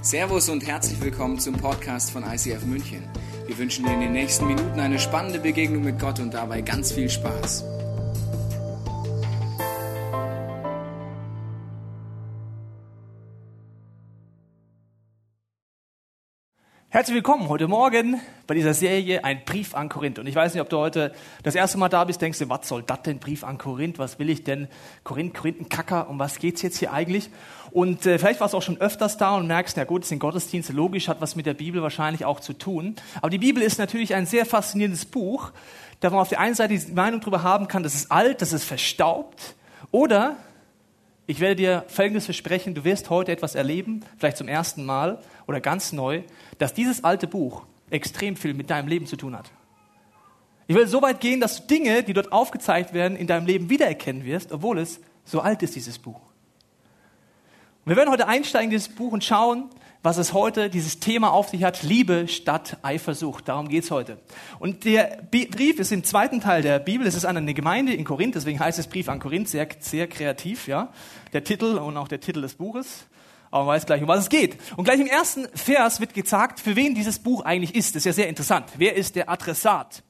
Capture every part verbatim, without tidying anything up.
Servus und herzlich willkommen zum Podcast von I C F München. Wir wünschen dir in den nächsten Minuten eine spannende Begegnung mit Gott und dabei ganz viel Spaß. Herzlich willkommen heute Morgen bei dieser Serie Ein Brief an Korinth. Und ich weiß nicht, ob du heute das erste Mal da bist, denkst du, was soll das denn, Brief an Korinth? Was will ich denn? Korinth, Korinthenkacker, um was geht's jetzt hier eigentlich? Und äh, vielleicht warst du auch schon öfters da und merkst, na gut, es sind Gottesdienste, logisch, hat was mit der Bibel wahrscheinlich auch zu tun. Aber die Bibel ist natürlich ein sehr faszinierendes Buch, da man auf der einen Seite die Meinung darüber haben kann, das ist alt, das ist verstaubt. Oder ich werde dir Folgendes versprechen, du wirst heute etwas erleben, vielleicht zum ersten Mal oder ganz neu, dass dieses alte Buch extrem viel mit deinem Leben zu tun hat. Ich will so weit gehen, dass du Dinge, die dort aufgezeigt werden, in deinem Leben wiedererkennen wirst, obwohl es so alt ist, dieses Buch. Und wir werden heute einsteigen in dieses Buch und schauen, was es heute, dieses Thema auf sich hat, Liebe statt Eifersucht. Darum geht's heute. Und der Brief ist im zweiten Teil der Bibel, es ist an eine Gemeinde in Korinth, deswegen heißt es Brief an Korinth, sehr, sehr kreativ, ja. Der Titel und auch der Titel des Buches. Aber man weiß gleich, um was es geht. Und gleich im ersten Vers wird gesagt, für wen dieses Buch eigentlich ist. Das ist ja sehr interessant. Wer ist der Adressat?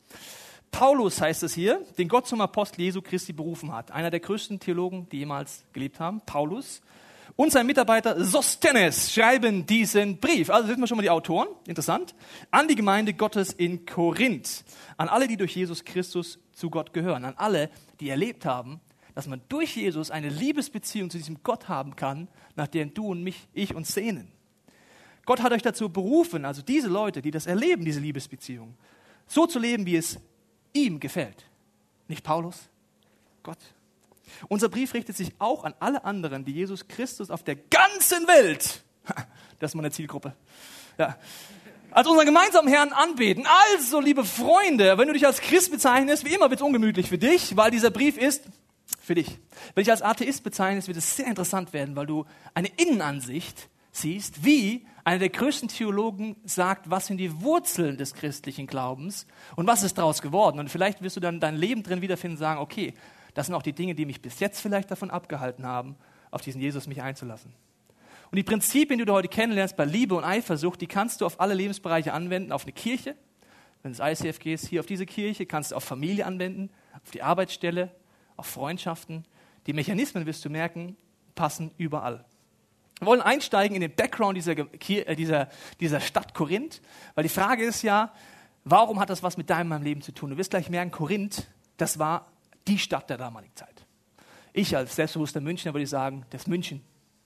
Paulus heißt es hier, den Gott zum Apostel Jesu Christi berufen hat. Einer der größten Theologen, die jemals gelebt haben, Paulus. Und sein Mitarbeiter Sosthenes schreiben diesen Brief. Also wissen wir schon mal die Autoren, interessant. An die Gemeinde Gottes in Korinth. An alle, die durch Jesus Christus zu Gott gehören. An alle, die erlebt haben, dass man durch Jesus eine Liebesbeziehung zu diesem Gott haben kann, nach der du und mich, ich uns sehnen. Gott hat euch dazu berufen, also diese Leute, die das erleben, diese Liebesbeziehung, so zu leben, wie es ihm gefällt. Nicht Paulus, Gott. Unser Brief richtet sich auch an alle anderen, die Jesus Christus auf der ganzen Welt, das ist meine Zielgruppe, ja, als unseren gemeinsamen Herrn anbeten. Also, liebe Freunde, wenn du dich als Christ bezeichnest, wie immer wird es ungemütlich für dich, weil dieser Brief ist für dich. Wenn dich als Atheist bezeichnest, wird es sehr interessant werden, weil du eine Innenansicht siehst, wie einer der größten Theologen sagt, was sind die Wurzeln des christlichen Glaubens und was ist daraus geworden. Und vielleicht wirst du dann dein Leben drin wiederfinden und sagen, okay, das sind auch die Dinge, die mich bis jetzt vielleicht davon abgehalten haben, auf diesen Jesus mich einzulassen. Und die Prinzipien, die du heute kennenlernst bei Liebe und Eifersucht, die kannst du auf alle Lebensbereiche anwenden, auf eine Kirche, wenn du ins I C F gehst, hier auf diese Kirche, kannst du auf Familie anwenden, auf die Arbeitsstelle, auf Freundschaften. Die Mechanismen, wirst du merken, passen überall. Wir wollen einsteigen in den Background dieser, dieser, dieser Stadt Korinth, weil die Frage ist ja, warum hat das was mit deinem meinem Leben zu tun? Du wirst gleich merken, Korinth, das war die Stadt der damaligen Zeit. Ich als selbstbewusster Münchner würde sagen, das München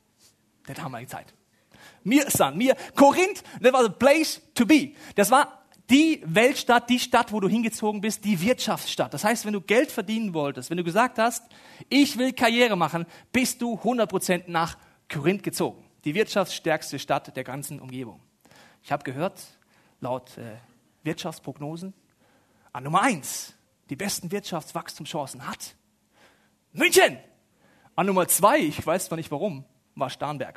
der damaligen Zeit. Mir san, mir, Korinth, that was a place to be. Das war die Weltstadt, die Stadt, wo du hingezogen bist, die Wirtschaftsstadt. Das heißt, wenn du Geld verdienen wolltest, wenn du gesagt hast, ich will Karriere machen, bist du hundert Prozent nach Korinth gezogen. Die wirtschaftsstärkste Stadt der ganzen Umgebung. Ich habe gehört, laut äh, Wirtschaftsprognosen, an Nummer eins, die besten Wirtschaftswachstumschancen hat München. An Nummer zwei, ich weiß zwar nicht warum, war Starnberg.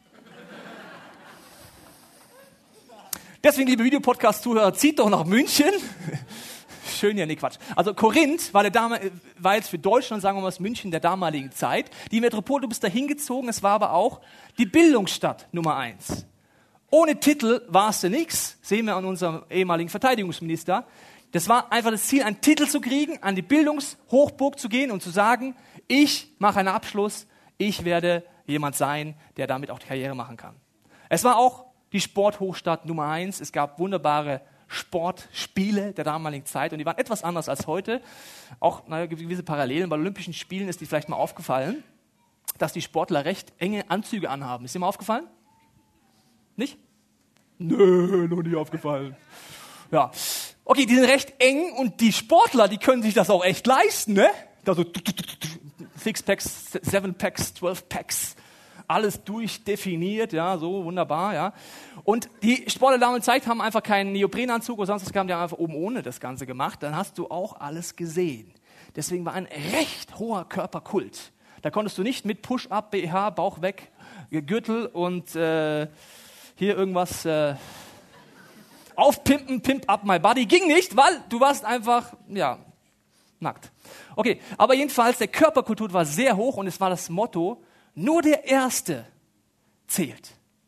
Deswegen, liebe Videopodcast-Zuhörer, zieht doch nach München. Schön, ja, nee, Quatsch. Also Korinth war, der Dam- war jetzt für Deutschland, sagen wir mal, das München der damaligen Zeit. Die Metropole, du bist da hingezogen, es war aber auch die Bildungsstadt Nummer eins. Ohne Titel warst du nichts, sehen wir an unserem ehemaligen Verteidigungsminister. Das war einfach das Ziel, einen Titel zu kriegen, an die Bildungshochburg zu gehen und zu sagen, ich mache einen Abschluss, ich werde jemand sein, der damit auch die Karriere machen kann. Es war auch die Sporthochstadt Nummer eins. Es gab wunderbare Sportspiele der damaligen Zeit und die waren etwas anders als heute. Auch naja, gewisse Parallelen. Bei Olympischen Spielen ist dir vielleicht mal aufgefallen, dass die Sportler recht enge Anzüge anhaben. Ist dir mal aufgefallen? Nicht? Nö, noch nie aufgefallen. Ja. Okay, die sind recht eng und die Sportler, die können sich das auch echt leisten, ne? Also Six-Packs, Seven-Packs, Twelve-Packs, alles durchdefiniert, ja, so wunderbar, ja. Und die Sportler damals Zeit haben einfach keinen Neoprenanzug oder sonst was, haben die einfach oben ohne das Ganze gemacht. Dann hast du auch alles gesehen. Deswegen war ein recht hoher Körperkult. Da konntest du nicht mit Push-Up, B H, Bauch weg, Gürtel und äh, hier irgendwas äh, aufpimpen, pimp up my body. Ging nicht, weil du warst einfach, ja, nackt. Okay, aber jedenfalls, der Körperkultur war sehr hoch und es war das Motto, nur der Erste zählt.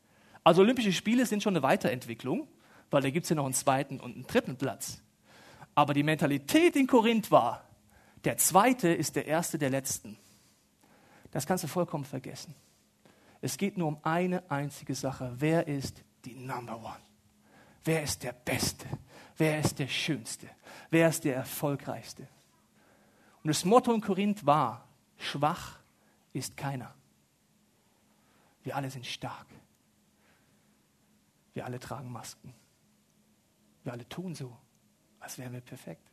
Also Olympische Spiele sind schon eine Weiterentwicklung, weil da gibt es ja noch einen zweiten und einen dritten Platz. Aber die Mentalität in Korinth war, der Zweite ist der Erste der Letzten. Das kannst du vollkommen vergessen. Es geht nur um eine einzige Sache. Wer ist die Number One? Wer ist der Beste? Wer ist der Schönste? Wer ist der Erfolgreichste? Und das Motto in Korinth war, schwach ist keiner. Wir alle sind stark. Wir alle tragen Masken. Wir alle tun so, als wären wir perfekt.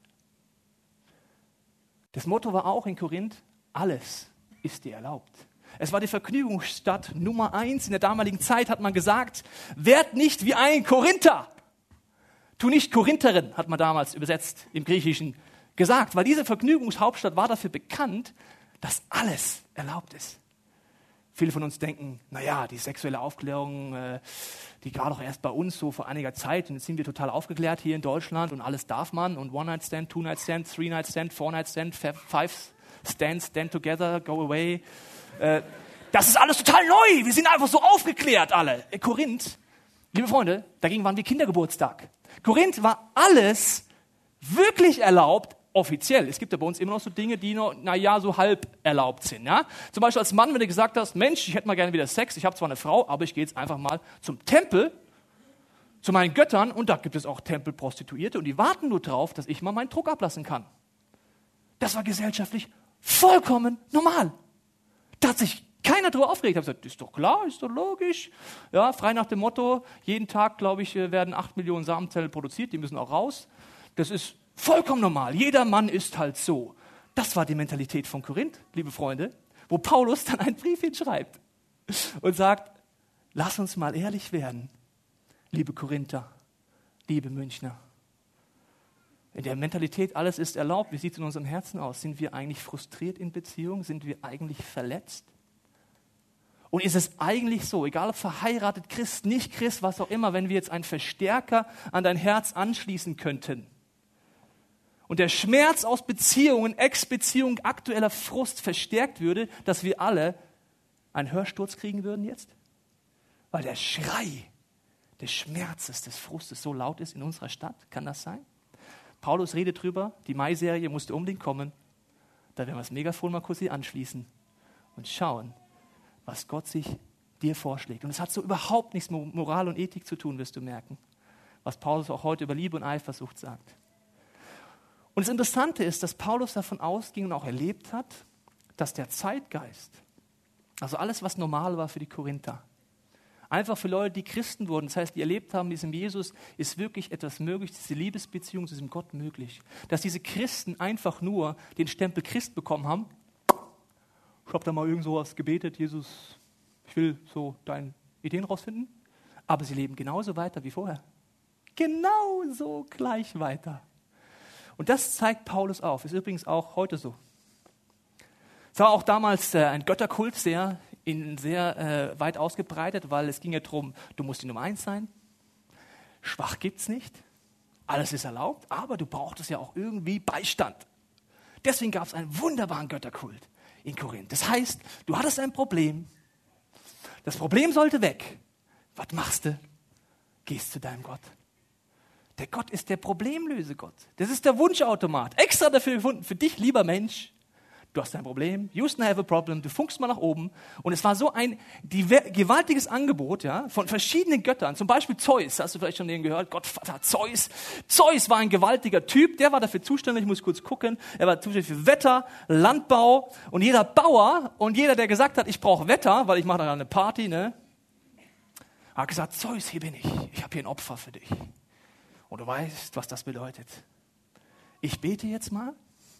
Das Motto war auch in Korinth, alles ist dir erlaubt. Es war die Vergnügungsstadt Nummer eins. In der damaligen Zeit hat man gesagt, werd nicht wie ein Korinther. Tu nicht Korintherin, hat man damals übersetzt im Griechischen gesagt, weil diese Vergnügungshauptstadt war dafür bekannt, dass alles erlaubt ist. Viele von uns denken, naja, die sexuelle Aufklärung, äh, die war doch erst bei uns so vor einiger Zeit und jetzt sind wir total aufgeklärt hier in Deutschland und alles darf man und One-Night-Stand, Two-Night-Stand, Three-Night-Stand, Four-Night-Stand, Five Stands, Stand Together, Go Away. Äh, das ist alles total neu, wir sind einfach so aufgeklärt alle. Äh, Korinth, liebe Freunde, dagegen waren wir Kindergeburtstag. Korinth war alles wirklich erlaubt, offiziell. Es gibt ja bei uns immer noch so Dinge, die noch, naja, so halb erlaubt sind. Ja? Zum Beispiel als Mann, wenn du gesagt hast, Mensch, ich hätte mal gerne wieder Sex, ich habe zwar eine Frau, aber ich gehe jetzt einfach mal zum Tempel, zu meinen Göttern und da gibt es auch Tempelprostituierte und die warten nur drauf, dass ich mal meinen Druck ablassen kann. Das war gesellschaftlich vollkommen normal. Da hat sich keiner drüber aufgeregt. Ich habe gesagt, ist doch klar, ist doch logisch. Ja, frei nach dem Motto, jeden Tag, glaube ich, werden acht Millionen Samenzellen produziert, die müssen auch raus. Das ist vollkommen normal. Jeder Mann ist halt so. Das war die Mentalität von Korinth, liebe Freunde, wo Paulus dann einen Brief hinschreibt und sagt, lass uns mal ehrlich werden, liebe Korinther, liebe Münchner. In der Mentalität, alles ist erlaubt, wie sieht es in unserem Herzen aus? Sind wir eigentlich frustriert in Beziehungen? Sind wir eigentlich verletzt? Und ist es eigentlich so, egal ob verheiratet, Christ, nicht Christ, was auch immer, wenn wir jetzt einen Verstärker an dein Herz anschließen könnten und der Schmerz aus Beziehungen, Ex-Beziehungen, aktueller Frust verstärkt würde, dass wir alle einen Hörsturz kriegen würden jetzt? Weil der Schrei des Schmerzes, des Frustes so laut ist in unserer Stadt. Kann das sein? Paulus redet drüber, die Mai-Serie musste unbedingt kommen. Da werden wir das Megafon mal kurz hier anschließen und schauen, was Gott sich dir vorschlägt. Und es hat so überhaupt nichts mit Moral und Ethik zu tun, wirst du merken. Was Paulus auch heute über Liebe und Eifersucht sagt. Und das Interessante ist, dass Paulus davon ausging und auch erlebt hat, dass der Zeitgeist, also alles, was normal war für die Korinther, einfach für Leute, die Christen wurden, das heißt, die erlebt haben, diesem Jesus ist wirklich etwas möglich, diese Liebesbeziehung zu diesem Gott möglich. Dass diese Christen einfach nur den Stempel Christ bekommen haben. Ich habe da mal irgend sowas gebetet, Jesus, ich will so deine Ideen rausfinden. Aber sie leben genauso weiter wie vorher. Genauso gleich weiter. Und das zeigt Paulus auf. Ist übrigens auch heute so. Es war auch damals äh, ein Götterkult, sehr, in, sehr äh, weit ausgebreitet, weil es ging ja darum, du musst die Nummer eins sein. Schwach gibt's nicht. Alles ist erlaubt, aber du brauchtest ja auch irgendwie Beistand. Deswegen gab es einen wunderbaren Götterkult in Korinth. Das heißt, du hattest ein Problem. Das Problem sollte weg. Was machst du? Gehst zu deinem Gott. Der Gott ist der Problemlösegott. Das ist der Wunschautomat. Extra dafür gefunden, für dich, lieber Mensch. Du hast ein Problem, you have a problem, du funkst mal nach oben. Und es war so ein diver- gewaltiges Angebot, ja, von verschiedenen Göttern. Zum Beispiel Zeus, hast du vielleicht schon den gehört, Gottvater Zeus. Zeus war ein gewaltiger Typ, der war dafür zuständig, ich muss kurz gucken, er war zuständig für Wetter, Landbau. Und jeder Bauer und jeder, der gesagt hat, ich brauche Wetter, weil ich mache da eine Party, ne, hat gesagt, Zeus, hier bin ich, ich habe hier ein Opfer für dich. Und du weißt, was das bedeutet. Ich bete jetzt mal.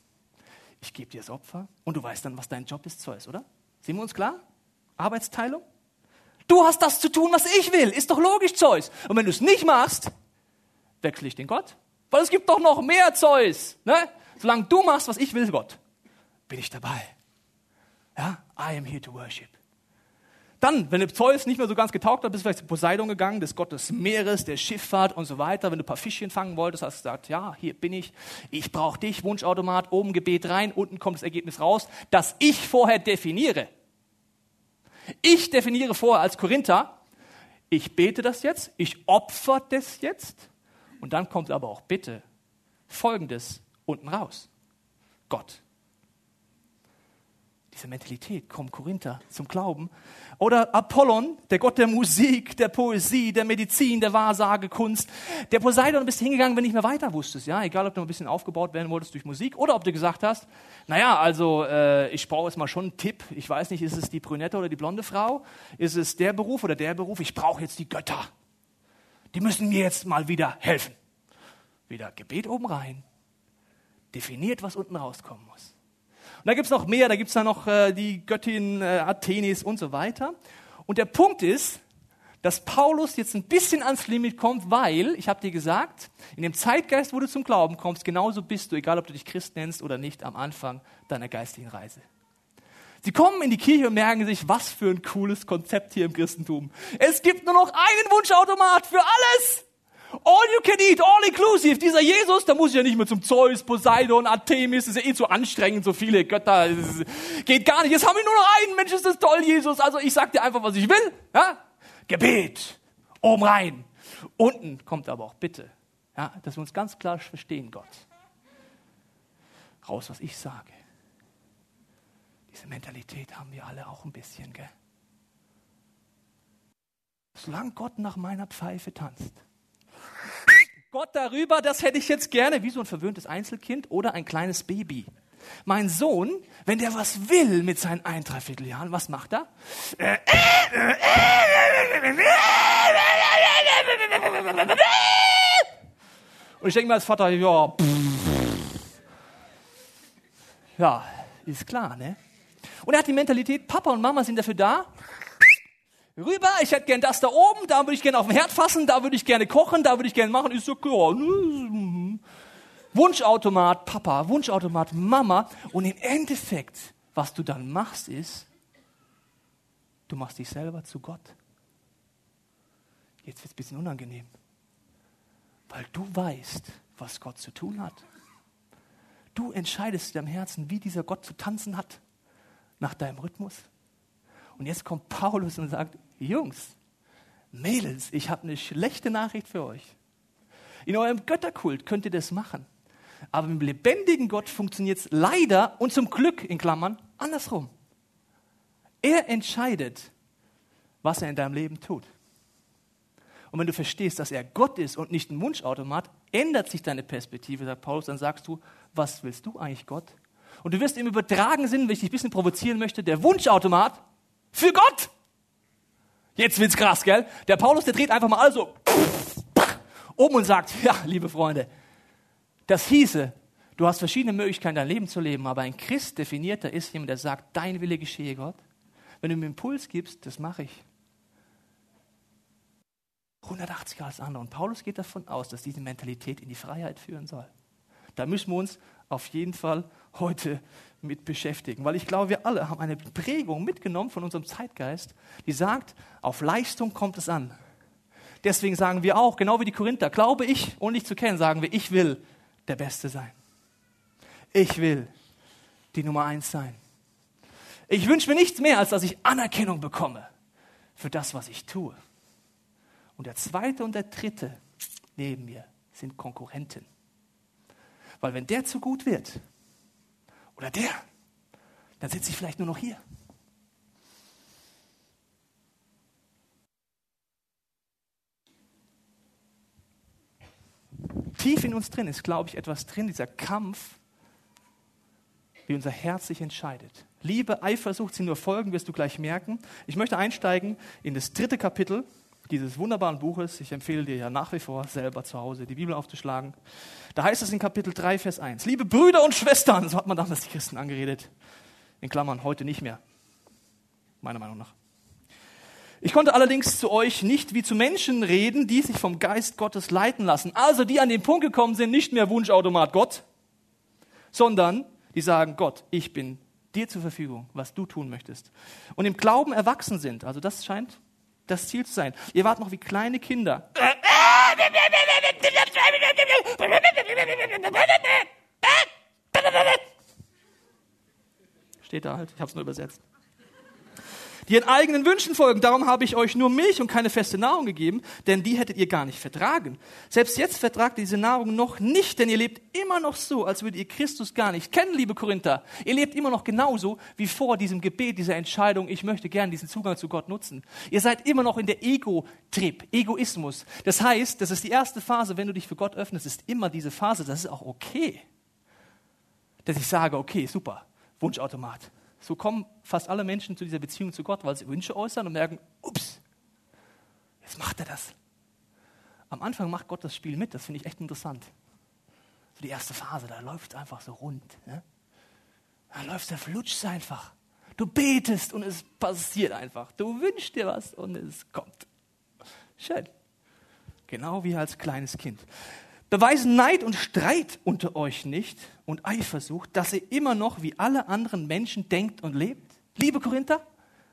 Ich gebe dir das Opfer und du weißt dann, was dein Job ist, Zeus, oder? Sind wir uns klar? Arbeitsteilung? Du hast das zu tun, was ich will. Ist doch logisch, Zeus. Und wenn du es nicht machst, wechsle ich den Gott. Weil es gibt doch noch mehr, Zeus. Ne? Solange du machst, was ich will, Gott, bin ich dabei. Ja? I am here to worship. Dann, wenn du Zeus nicht mehr so ganz getaugt hat, bist du vielleicht zu Poseidon gegangen, des Gott des Meeres, der Schifffahrt und so weiter. Wenn du ein paar Fischchen fangen wolltest, hast du gesagt, ja, hier bin ich, ich brauche dich, Wunschautomat, oben Gebet rein, unten kommt das Ergebnis raus, das ich vorher definiere. Ich definiere vorher als Korinther, Ich bete das jetzt, ich opfer das jetzt und dann kommt aber auch bitte Folgendes unten raus. Gott. Diese Mentalität, kommen Korinther zum Glauben. Oder Apollon, der Gott der Musik, der Poesie, der Medizin, der Wahrsagekunst. Der Poseidon, bist hingegangen, wenn du nicht mehr weiter wusstest. Ja? Egal, ob du ein bisschen aufgebaut werden wolltest durch Musik oder ob du gesagt hast, naja, also äh, ich brauche jetzt mal schon einen Tipp. Ich weiß nicht, ist es die brünette oder die blonde Frau? Ist es der Beruf oder der Beruf? Ich brauche jetzt die Götter. Die müssen mir jetzt mal wieder helfen. Wieder Gebet oben rein. Definiert, was unten rauskommen muss. Und da gibt es noch mehr, da gibt es dann noch äh, die Göttin äh, Artemis und so weiter. Und der Punkt ist, dass Paulus jetzt ein bisschen ans Limit kommt, weil, ich habe dir gesagt, in dem Zeitgeist, wo du zum Glauben kommst, genauso bist du, egal ob du dich Christ nennst oder nicht, am Anfang deiner geistigen Reise. Sie kommen in die Kirche und merken sich, was für ein cooles Konzept hier im Christentum. Es gibt nur noch einen Wunschautomat für alles. All you can eat, all inclusive. Dieser Jesus, da muss ich ja nicht mehr zum Zeus, Poseidon, Artemis, das ist ja eh zu anstrengend, so viele Götter, das geht gar nicht. Jetzt haben wir nur noch einen, Mensch, ist das toll, Jesus. Also ich sag dir einfach, was ich will. Ja? Gebet, oben rein. Unten kommt aber auch Bitte. Ja? Dass wir uns ganz klar verstehen, Gott. Raus, was ich sage. Diese Mentalität haben wir alle auch ein bisschen, gell? Solange Gott nach meiner Pfeife tanzt, Gott darüber, das hätte ich jetzt gerne, wie so ein verwöhntes Einzelkind oder ein kleines Baby. Mein Sohn, wenn der was will mit seinen ein, dreiviertel Jahren, was macht er? Und ich denke mir als Vater, ja, pff, ja, ist klar, ne? Und er hat die Mentalität, Papa und Mama sind dafür da, rüber, ich hätte gern das da oben, da würde ich gerne auf den Herd fassen, da würde ich gerne kochen, da würde ich gerne machen, ist so klar. Wunschautomat Papa, Wunschautomat Mama. Und im Endeffekt, was du dann machst, ist, du machst dich selber zu Gott. Jetzt wird es ein bisschen unangenehm, weil du weißt, was Gott zu tun hat. Du entscheidest in deinem Herzen, wie dieser Gott zu tanzen hat, nach deinem Rhythmus. Und jetzt kommt Paulus und sagt, Jungs, Mädels, ich habe eine schlechte Nachricht für euch. In eurem Götterkult könnt ihr das machen. Aber mit dem lebendigen Gott funktioniert es leider und zum Glück, in Klammern, andersrum. Er entscheidet, was er in deinem Leben tut. Und wenn du verstehst, dass er Gott ist und nicht ein Wunschautomat, ändert sich deine Perspektive, sagt Paulus, dann sagst du, was willst du eigentlich, Gott? Und du wirst im übertragenen Sinn, wenn ich dich ein bisschen provozieren möchte, der Wunschautomat für Gott. Jetzt wird's krass, gell? Der Paulus, der dreht einfach mal alles so um und sagt, ja, liebe Freunde, das hieße, du hast verschiedene Möglichkeiten, dein Leben zu leben, aber ein Christ definierter ist jemand, der sagt, dein Wille geschehe, Gott. Wenn du mir einen Impuls gibst, das mache ich. hundertachtzig Grad das andere. Und Paulus geht davon aus, dass diese Mentalität in die Freiheit führen soll. Da müssen wir uns auf jeden Fall heute mit beschäftigen. Weil ich glaube, wir alle haben eine Prägung mitgenommen von unserem Zeitgeist, die sagt, auf Leistung kommt es an. Deswegen sagen wir auch, genau wie die Korinther, glaube ich, ohne dich zu kennen, sagen wir, ich will der Beste sein. Ich will die Nummer eins sein. Ich wünsche mir nichts mehr, als dass ich Anerkennung bekomme für das, was ich tue. Und der zweite und der dritte neben mir sind Konkurrenten. Weil wenn der zu gut wird, oder der, dann sitze ich vielleicht nur noch hier. Tief in uns drin ist, glaube ich, etwas drin, dieser Kampf, wie unser Herz sich entscheidet. Liebe, Eifersucht sind nur Folgen, wirst du gleich merken. Ich möchte einsteigen in das dritte Kapitel dieses wunderbaren Buches. Ich empfehle dir ja nach wie vor, selber zu Hause die Bibel aufzuschlagen. Da heißt es in Kapitel drei, Vers eins. Liebe Brüder und Schwestern, so hat man damals die Christen angeredet. In Klammern, heute nicht mehr. Meiner Meinung nach. Ich konnte allerdings zu euch nicht wie zu Menschen reden, die sich vom Geist Gottes leiten lassen. Also die an den Punkt gekommen sind, nicht mehr Wunschautomat Gott, sondern die sagen, Gott, ich bin dir zur Verfügung, was du tun möchtest. Und im Glauben erwachsen sind. Also das scheint das Ziel zu sein. Ihr wart noch wie kleine Kinder. Steht da halt, ich habe es nur übersetzt. die ihren eigenen Wünschen folgen. Darum habe ich euch nur Milch und keine feste Nahrung gegeben, denn die hättet ihr gar nicht vertragen. Selbst jetzt vertragt ihr diese Nahrung noch nicht, denn ihr lebt immer noch so, als würdet ihr Christus gar nicht kennen, liebe Korinther. Ihr lebt immer noch genauso wie vor diesem Gebet, dieser Entscheidung, ich möchte gerne diesen Zugang zu Gott nutzen. Ihr seid immer noch in der Ego-Trip, Egoismus. Das heißt, das ist die erste Phase, wenn du dich für Gott öffnest, ist immer diese Phase, das ist auch okay. Dass ich sage, okay, super, Wunschautomat. So kommen fast alle Menschen zu dieser Beziehung zu Gott, weil sie Wünsche äußern und merken, ups, jetzt macht er das. Am Anfang macht Gott das Spiel mit, das finde ich echt interessant. So die erste Phase, da läuft es einfach so rund. Ne? Da läuft der Flutsch einfach. Du betest und es passiert einfach. Du wünschst dir was und es kommt. Schön. Genau wie als kleines Kind. Beweisen Neid und Streit unter euch nicht und Eifersucht, dass ihr immer noch wie alle anderen Menschen denkt und lebt? Liebe Korinther,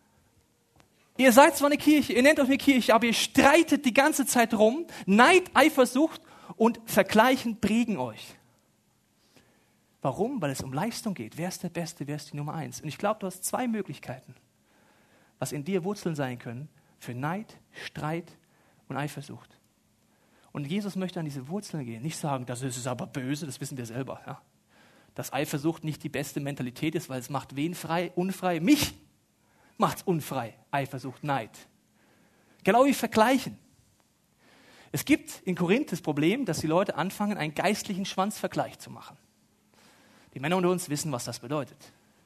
ihr seid zwar eine Kirche, ihr nennt euch eine Kirche, aber ihr streitet die ganze Zeit rum. Neid, Eifersucht und Vergleichen prägen euch. Warum? Weil es um Leistung geht. Wer ist der Beste, wer ist die Nummer eins? Und ich glaube, du hast zwei Möglichkeiten, was in dir Wurzeln sein können für Neid, Streit und Eifersucht. Und Jesus möchte an diese Wurzeln gehen. Nicht sagen, das ist aber böse, das wissen wir selber. Ja? Dass Eifersucht nicht die beste Mentalität ist, weil es macht wen frei? Unfrei? Mich macht es unfrei. Eifersucht, Neid. Genau wie Vergleichen. Es gibt in Korinth das Problem, dass die Leute anfangen, einen geistlichen Schwanzvergleich zu machen. Die Männer unter uns wissen, was das bedeutet.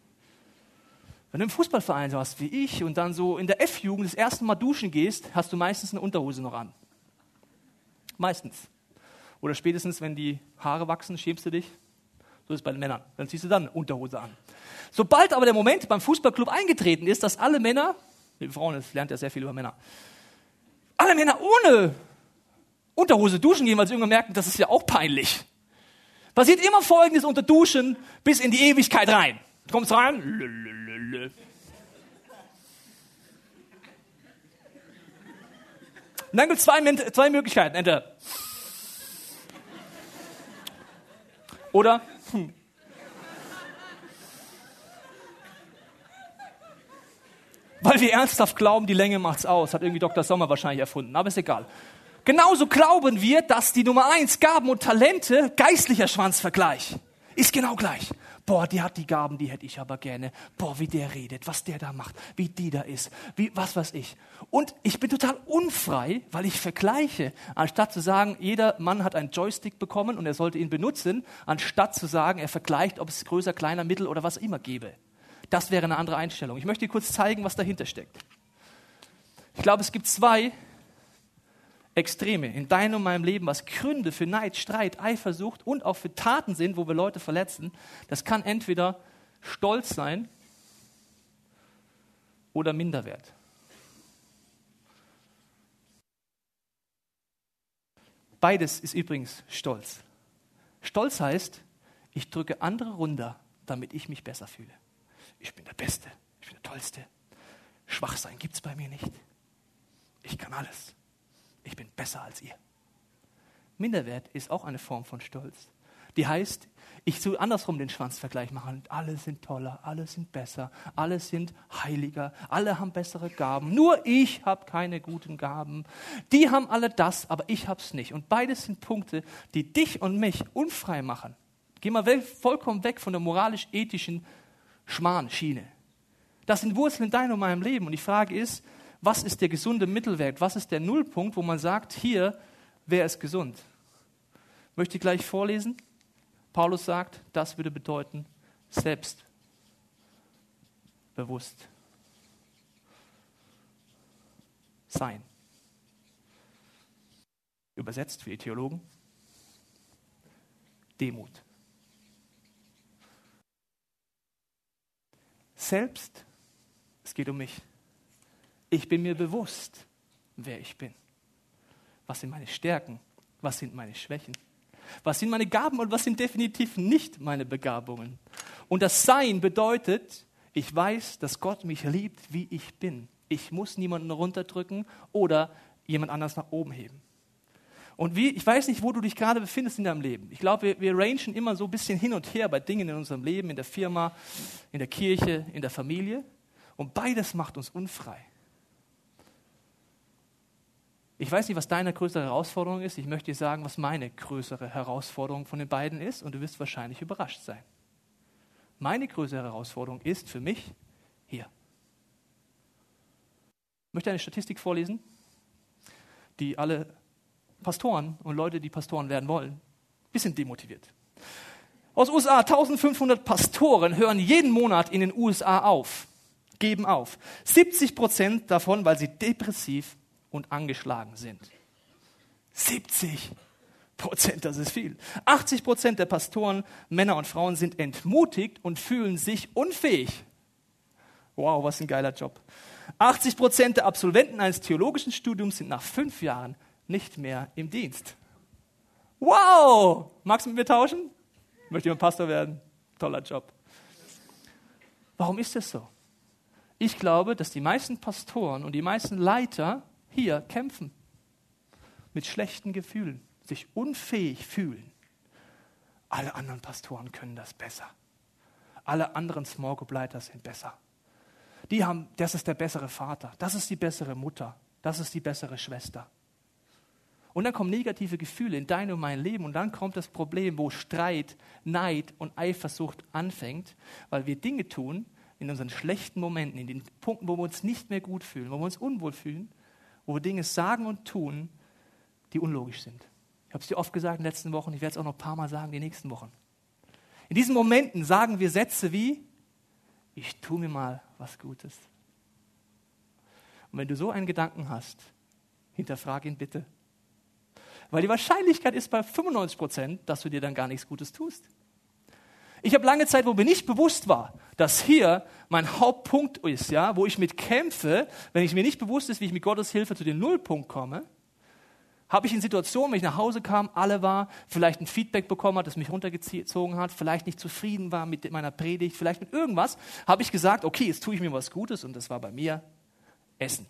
Wenn du im Fußballverein so hast wie ich und dann so in der F-Jugend das erste Mal duschen gehst, hast du meistens eine Unterhose noch an. Meistens. Oder spätestens, wenn die Haare wachsen, schämst du dich. So ist es bei den Männern. Dann ziehst du dann eine Unterhose an. Sobald aber der Moment beim Fußballclub eingetreten ist, dass alle Männer, die Frauen, das lernt ja sehr viel über Männer, alle Männer ohne Unterhose duschen gehen, weil sie irgendwann merken, das ist ja auch peinlich. Passiert immer Folgendes unter Duschen bis in die Ewigkeit rein. Du kommst rein. Lülülülü. Und dann gibt es zwei, zwei Möglichkeiten. Entweder oder hm. Weil wir ernsthaft glauben, die Länge macht's aus. Hat irgendwie Doktor Sommer wahrscheinlich erfunden, aber ist egal. Genauso glauben wir, dass die Nummer eins, Gaben und Talente, geistlicher Schwanzvergleich, ist genau gleich. Boah, die hat die Gaben, die hätte ich aber gerne. Boah, wie der redet, was der da macht, wie die da ist, wie was weiß ich. Und ich bin total unfrei, weil ich vergleiche. Anstatt zu sagen, jeder Mann hat einen Joystick bekommen und er sollte ihn benutzen, anstatt zu sagen, er vergleicht, ob es größer, kleiner, mittel oder was immer gäbe. Das wäre eine andere Einstellung. Ich möchte dir kurz zeigen, was dahinter steckt. Ich glaube, es gibt zwei Extreme in deinem und meinem Leben, was Gründe für Neid, Streit, Eifersucht und auch für Taten sind, wo wir Leute verletzen. Das kann entweder Stolz sein oder Minderwert. Beides ist übrigens Stolz. Stolz heißt, ich drücke andere runter, damit ich mich besser fühle. Ich bin der Beste, ich bin der Tollste. Schwachsein gibt es bei mir nicht. Ich kann alles. Ich bin besser als ihr. Minderwert ist auch eine Form von Stolz. Die heißt, ich soll andersrum den Schwanzvergleich machen. Alle sind toller, alle sind besser, alle sind heiliger, alle haben bessere Gaben. Nur ich habe keine guten Gaben. Die haben alle das, aber ich habe es nicht. Und beides sind Punkte, die dich und mich unfrei machen. Geh mal weg, vollkommen weg von der moralisch-ethischen Schmarrn-Schiene. Das sind Wurzeln in deinem und meinem Leben. Und die Frage ist, was ist der gesunde Mittelwert? Was ist der Nullpunkt, wo man sagt, hier, wer ist gesund? Möchte ich gleich vorlesen? Paulus sagt, das würde bedeuten, selbstbewusst sein. Übersetzt für die Theologen, Demut. Selbst, es geht um mich. Ich bin mir bewusst, wer ich bin. Was sind meine Stärken? Was sind meine Schwächen? Was sind meine Gaben und was sind definitiv nicht meine Begabungen? Und das Sein bedeutet, ich weiß, dass Gott mich liebt, wie ich bin. Ich muss niemanden runterdrücken oder jemand anders nach oben heben. Und wie, ich weiß nicht, wo du dich gerade befindest in deinem Leben. Ich glaube, wir, wir rangen immer so ein bisschen hin und her bei Dingen in unserem Leben, in der Firma, in der Kirche, in der Familie. Und beides macht uns unfrei. Ich weiß nicht, was deine größere Herausforderung ist. Ich möchte dir sagen, was meine größere Herausforderung von den beiden ist. Und du wirst wahrscheinlich überrascht sein. Meine größere Herausforderung ist für mich hier. Ich möchte eine Statistik vorlesen, die alle Pastoren und Leute, die Pastoren werden wollen, ein bisschen demotiviert. Aus den U S A, eintausendfünfhundert Pastoren hören jeden Monat in den U S A auf, geben auf. siebzig Prozent davon, weil sie depressiv und angeschlagen sind. siebzig Prozent, das ist viel. achtzig Prozent der Pastoren, Männer und Frauen, sind entmutigt und fühlen sich unfähig. Wow, was ein geiler Job. achtzig Prozent der Absolventen eines theologischen Studiums sind nach fünf Jahren nicht mehr im Dienst. Wow! Magst du mit mir tauschen? Möchte jemand Pastor werden? Toller Job. Warum ist das so? Ich glaube, dass die meisten Pastoren und die meisten Leiter hier kämpfen mit schlechten Gefühlen, sich unfähig fühlen. Alle anderen Pastoren können das besser. Alle anderen Small Group Leiter sind besser. Die haben, das ist der bessere Vater, das ist die bessere Mutter, das ist die bessere Schwester. Und dann kommen negative Gefühle in dein und mein Leben und dann kommt das Problem, wo Streit, Neid und Eifersucht anfängt, weil wir Dinge tun in unseren schlechten Momenten, in den Punkten, wo wir uns nicht mehr gut fühlen, wo wir uns unwohl fühlen, wo wir Dinge sagen und tun, die unlogisch sind. Ich habe es dir oft gesagt in den letzten Wochen, ich werde es auch noch ein paar Mal sagen, die nächsten Wochen. In diesen Momenten sagen wir Sätze wie, ich tue mir mal was Gutes. Und wenn du so einen Gedanken hast, hinterfrage ihn bitte. Weil die Wahrscheinlichkeit ist bei fünfundneunzig Prozent, dass du dir dann gar nichts Gutes tust. Ich habe lange Zeit, wo mir nicht bewusst war, dass hier mein Hauptpunkt ist, ja, wo ich mit kämpfe, wenn ich mir nicht bewusst ist, wie ich mit Gottes Hilfe zu dem Nullpunkt komme, habe ich in Situationen, wenn ich nach Hause kam, alle war, vielleicht ein Feedback bekommen hat, das mich runtergezogen hat, vielleicht nicht zufrieden war mit meiner Predigt, vielleicht mit irgendwas, habe ich gesagt, okay, jetzt tue ich mir was Gutes und das war bei mir Essen.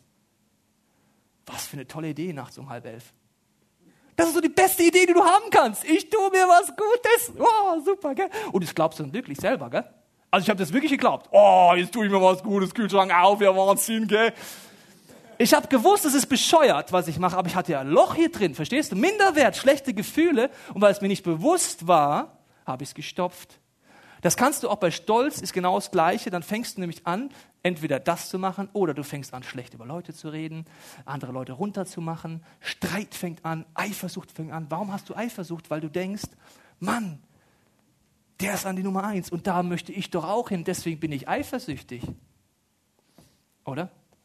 Was für eine tolle Idee nachts um halb elf. Das ist so die beste Idee, die du haben kannst. Ich tue mir was Gutes. Oh, super, gell? Und das glaubst du dann wirklich selber, gell? Also ich habe das wirklich geglaubt. Oh, jetzt tue ich mir was Gutes, Kühlschrank auf, ja Wahnsinn, gell? Ich habe gewusst, es ist bescheuert, was ich mache, aber ich hatte ja ein Loch hier drin, verstehst du? Minderwert, schlechte Gefühle. Und weil es mir nicht bewusst war, habe ich es gestopft. Das kannst du auch bei Stolz, ist genau das Gleiche. Dann fängst du nämlich an, entweder das zu machen oder du fängst an, schlecht über Leute zu reden, andere Leute runterzumachen. Streit fängt an, Eifersucht fängt an. Warum hast du Eifersucht? Weil du denkst, Mann, der ist an die Nummer eins und da möchte ich doch auch hin, deswegen bin ich eifersüchtig. Oder?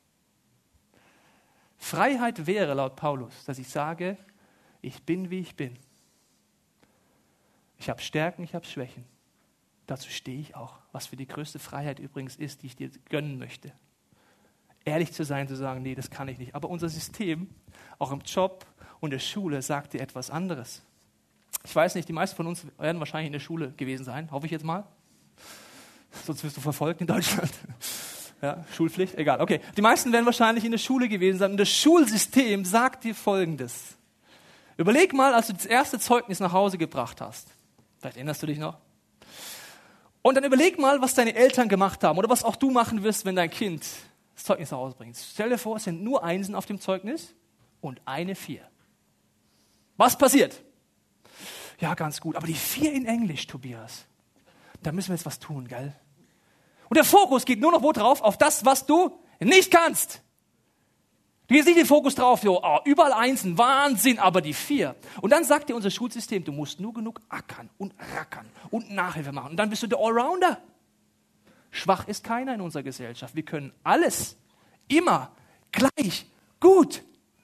Freiheit wäre laut Paulus, dass ich sage, ich bin, wie ich bin. Ich habe Stärken, ich habe Schwächen. Dazu stehe ich auch, was für die größte Freiheit übrigens ist, die ich dir gönnen möchte. Ehrlich zu sein, zu sagen, nee, das kann ich nicht. Aber unser System, auch im Job und der Schule, sagt dir etwas anderes. Ich weiß nicht, die meisten von uns werden wahrscheinlich in der Schule gewesen sein, hoffe ich jetzt mal. Sonst wirst du verfolgt in Deutschland. Ja, Schulpflicht, egal, okay. Die meisten werden wahrscheinlich in der Schule gewesen sein. Und das Schulsystem sagt dir Folgendes. Überleg mal, als du das erste Zeugnis nach Hause gebracht hast. Vielleicht erinnerst du dich noch. Und dann überleg mal, was deine Eltern gemacht haben oder was auch du machen wirst, wenn dein Kind das Zeugnis nach Hause bringt. Stell dir vor, es sind nur Einsen auf dem Zeugnis und eine Vier. Was passiert? Ja, ganz gut. Aber die Vier in Englisch, Tobias, da müssen wir jetzt was tun, gell? Und der Fokus geht nur noch wo drauf? Auf das, was du nicht kannst. Du gehst nicht den Fokus drauf, so, oh, überall Einsen, Wahnsinn, aber die Vier. Und dann sagt dir unser Schulsystem, du musst nur genug ackern und rackern und Nachhilfe machen. Und dann bist du der Allrounder. Schwach ist keiner in unserer Gesellschaft. Wir können alles, immer, gleich, gut.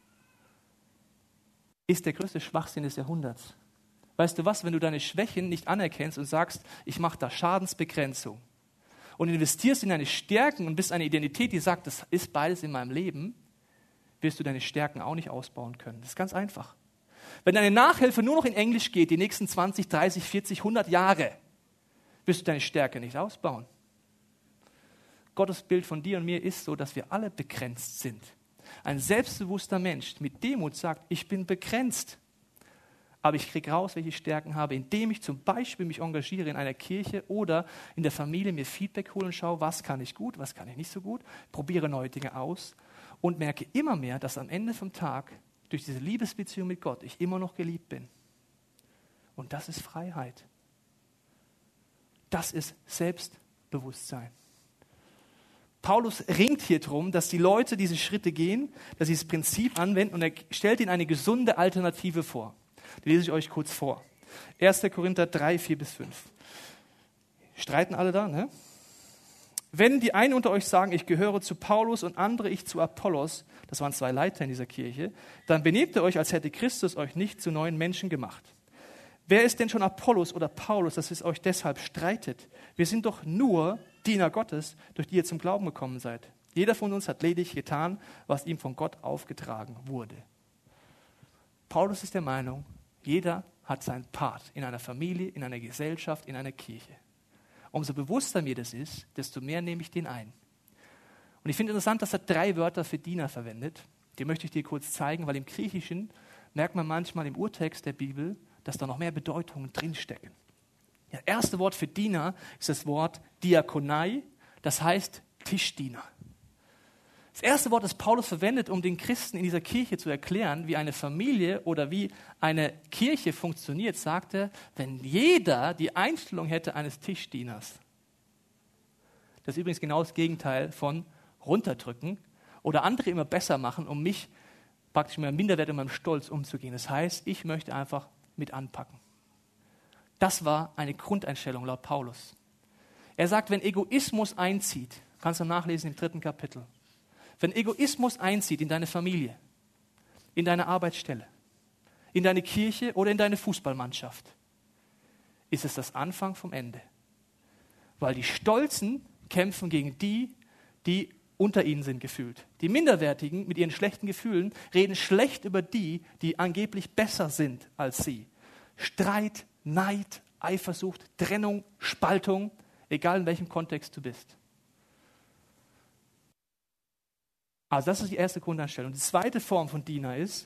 Ist der größte Schwachsinn des Jahrhunderts. Weißt du was, wenn du deine Schwächen nicht anerkennst und sagst, ich mache da Schadensbegrenzung und investierst in deine Stärken und bist eine Identität, die sagt, das ist beides in meinem Leben, wirst du deine Stärken auch nicht ausbauen können. Das ist ganz einfach. Wenn deine Nachhilfe nur noch in Englisch geht, die nächsten zwanzig, dreißig, vierzig, hundert Jahre, wirst du deine Stärke nicht ausbauen. Gottes Bild von dir und mir ist so, dass wir alle begrenzt sind. Ein selbstbewusster Mensch mit Demut sagt, ich bin begrenzt. aber ich kriege raus, welche ich Stärken habe, indem ich zum Beispiel mich engagiere in einer Kirche oder in der Familie, mir Feedback hole und schaue, was kann ich gut, was kann ich nicht so gut, probiere neue Dinge aus und merke immer mehr, dass am Ende vom Tag durch diese Liebesbeziehung mit Gott ich immer noch geliebt bin. Und das ist Freiheit. Das ist Selbstbewusstsein. Paulus ringt hier drum, dass die Leute diese Schritte gehen, dass sie das Prinzip anwenden und er stellt ihnen eine gesunde Alternative vor. Die lese ich euch kurz vor. erster Korinther drei, vier bis fünf. Streiten alle da, ne? Wenn die einen unter euch sagen, ich gehöre zu Paulus und andere ich zu Apollos, das waren zwei Leiter in dieser Kirche, dann benehmt ihr euch, als hätte Christus euch nicht zu neuen Menschen gemacht. Wer ist denn schon Apollos oder Paulus, dass es euch deshalb streitet? Wir sind doch nur Diener Gottes, durch die ihr zum Glauben gekommen seid. Jeder von uns hat lediglich getan, was ihm von Gott aufgetragen wurde. Paulus ist der Meinung, jeder hat seinen Part in einer Familie, in einer Gesellschaft, in einer Kirche. Umso bewusster mir das ist, desto mehr nehme ich den ein. Und ich finde interessant, dass er drei Wörter für Diener verwendet. Die möchte ich dir kurz zeigen, weil im Griechischen merkt man manchmal im Urtext der Bibel, dass da noch mehr Bedeutungen drinstecken. Das erste Wort für Diener ist das Wort Diakonai, das heißt Tischdiener. Das erste Wort, das Paulus verwendet, um den Christen in dieser Kirche zu erklären, wie eine Familie oder wie eine Kirche funktioniert, sagt er, wenn jeder die Einstellung hätte eines Tischdieners. Das ist übrigens genau das Gegenteil von runterdrücken oder andere immer besser machen, um mich praktisch mit meinem Minderwert und meinem Stolz umzugehen. Das heißt, ich möchte einfach mit anpacken. Das war eine Grundeinstellung laut Paulus. Er sagt, wenn Egoismus einzieht, kannst du nachlesen im dritten Kapitel, wenn Egoismus einzieht in deine Familie, in deine Arbeitsstelle, in deine Kirche oder in deine Fußballmannschaft, ist es das Anfang vom Ende. Weil die Stolzen kämpfen gegen die, die unter ihnen sind gefühlt. Die Minderwertigen mit ihren schlechten Gefühlen reden schlecht über die, die angeblich besser sind als sie. Streit, Neid, Eifersucht, Trennung, Spaltung, egal in welchem Kontext du bist. Also das ist die erste Grundeinstellung. Die zweite Form von Diener ist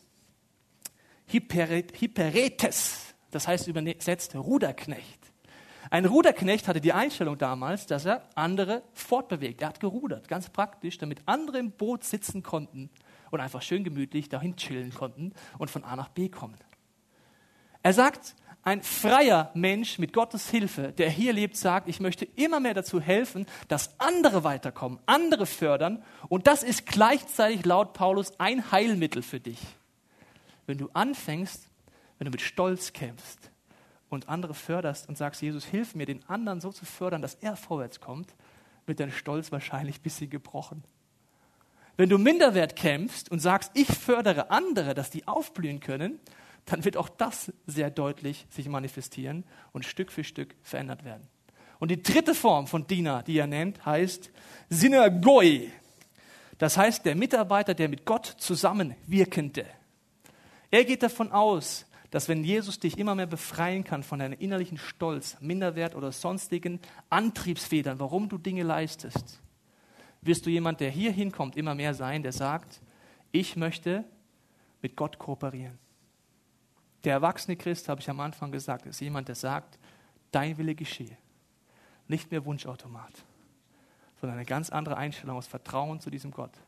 Hyperetes, das heißt übersetzt Ruderknecht. Ein Ruderknecht hatte die Einstellung damals, dass er andere fortbewegt. Er hat gerudert, ganz praktisch, damit andere im Boot sitzen konnten und einfach schön gemütlich dahin chillen konnten und von A nach B kommen. Er sagt, ein freier Mensch mit Gottes Hilfe, der hier lebt, sagt, ich möchte immer mehr dazu helfen, dass andere weiterkommen, andere fördern. Und das ist gleichzeitig laut Paulus ein Heilmittel für dich. Wenn du anfängst, wenn du mit Stolz kämpfst und andere förderst und sagst, Jesus, hilf mir, den anderen so zu fördern, dass er vorwärts kommt, wird dein Stolz wahrscheinlich ein bisschen gebrochen. Wenn du Minderwert kämpfst und sagst, ich fördere andere, dass die aufblühen können, dann wird auch das sehr deutlich sich manifestieren und Stück für Stück verändert werden. Und die dritte Form von Diener, die er nennt, heißt Synagoi. Das heißt, der Mitarbeiter, der mit Gott zusammenwirkende. Er geht davon aus, dass wenn Jesus dich immer mehr befreien kann von deinem innerlichen Stolz, Minderwert oder sonstigen Antriebsfedern, warum du Dinge leistest, wirst du jemand, der hier hinkommt, immer mehr sein, der sagt, ich möchte mit Gott kooperieren. Der erwachsene Christ, habe ich am Anfang gesagt, ist jemand, der sagt, dein Wille geschehe. Nicht mehr Wunschautomat, sondern eine ganz andere Einstellung aus Vertrauen zu diesem Gott.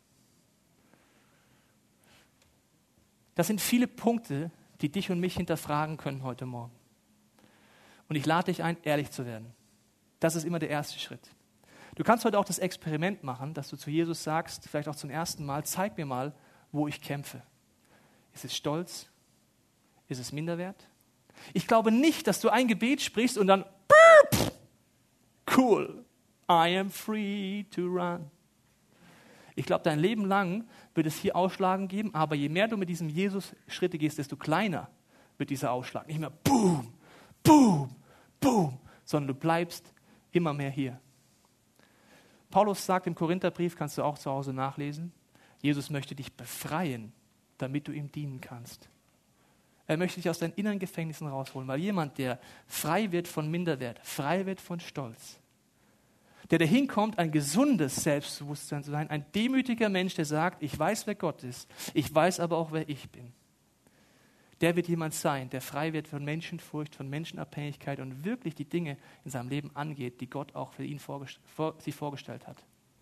Das sind viele Punkte, die dich und mich hinterfragen können heute Morgen. Und ich lade dich ein, ehrlich zu werden. Das ist immer der erste Schritt. Du kannst heute auch das Experiment machen, dass du zu Jesus sagst, vielleicht auch zum ersten Mal, zeig mir mal, wo ich kämpfe. Ist es Stolz? Ist es Minderwert? Ich glaube nicht, dass du ein Gebet sprichst und dann burp, cool, I am free to run. Ich glaube, dein Leben lang wird es hier Ausschlagen geben, aber je mehr du mit diesem Jesus Schritte gehst, desto kleiner wird dieser Ausschlag. Nicht mehr boom, boom, boom, sondern du bleibst immer mehr hier. Paulus sagt im Korintherbrief, kannst du auch zu Hause nachlesen, Jesus möchte dich befreien, damit du ihm dienen kannst. Er möchte dich aus deinen inneren Gefängnissen rausholen, weil jemand, der frei wird von Minderwert, frei wird von Stolz, der dahin kommt, ein gesundes Selbstbewusstsein zu sein, ein demütiger Mensch, der sagt, ich weiß, wer Gott ist, ich weiß aber auch, wer ich bin. Der wird jemand sein, der frei wird von Menschenfurcht, von Menschenabhängigkeit und wirklich die Dinge in seinem Leben angeht, die Gott auch für ihn vorgest- vor, sich vorgestellt hat.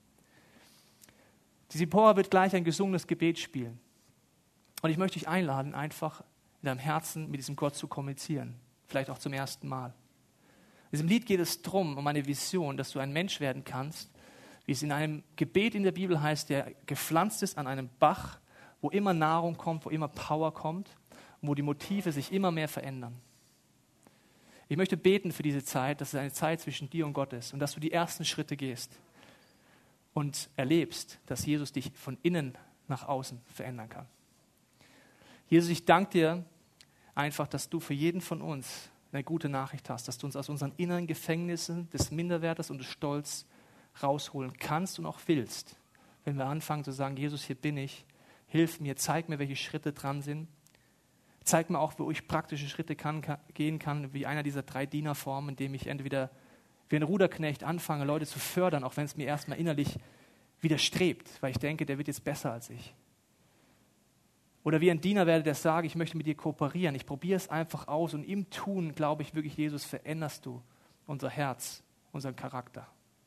Die Zipporah wird gleich ein gesungenes Gebet spielen. Und ich möchte dich einladen, einfach in deinem Herzen mit diesem Gott zu kommunizieren. Vielleicht auch zum ersten Mal. In diesem Lied geht es darum, um eine Vision, dass du ein Mensch werden kannst, wie es in einem Gebet in der Bibel heißt, der gepflanzt ist an einem Bach, wo immer Nahrung kommt, wo immer Power kommt und wo die Motive sich immer mehr verändern. Ich möchte beten für diese Zeit, dass es eine Zeit zwischen dir und Gott ist und dass du die ersten Schritte gehst und erlebst, dass Jesus dich von innen nach außen verändern kann. Jesus, ich danke dir einfach, dass du für jeden von uns eine gute Nachricht hast, dass du uns aus unseren inneren Gefängnissen des Minderwertes und des Stolz rausholen kannst und auch willst. Wenn wir anfangen zu sagen, Jesus, hier bin ich, hilf mir, zeig mir, welche Schritte dran sind. Zeig mir auch, wo ich praktische Schritte kann, kann, gehen kann, wie einer dieser drei Dienerformen, in dem ich entweder wie ein Ruderknecht anfange, Leute zu fördern, auch wenn es mir erstmal innerlich widerstrebt, weil ich denke, der wird jetzt besser als ich. Oder wie ein Diener werde, der sagt, ich möchte mit dir kooperieren. Ich probiere es einfach aus und im Tun, glaube ich wirklich, Jesus, veränderst du unser Herz, unseren Charakter.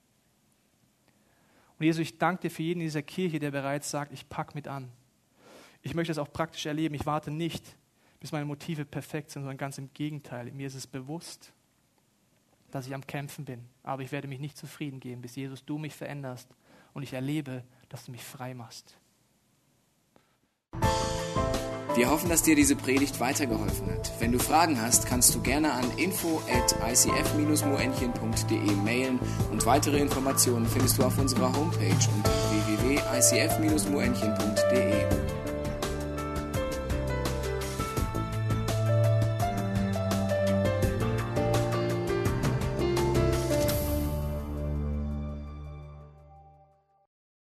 Und Jesus, ich danke dir für jeden in dieser Kirche, der bereits sagt, ich packe mit an. Ich möchte das auch praktisch erleben. Ich warte nicht, bis meine Motive perfekt sind, sondern ganz im Gegenteil. Mir ist es bewusst, dass ich am Kämpfen bin. Aber ich werde mich nicht zufrieden geben, bis Jesus, du mich veränderst und ich erlebe, dass du mich frei machst. Wir hoffen, dass dir diese Predigt weitergeholfen hat. Wenn du Fragen hast, kannst du gerne an info at i c f dash moenchen punkt d e mailen und weitere Informationen findest du auf unserer Homepage unter w w w punkt i c f dash moenchen punkt d e.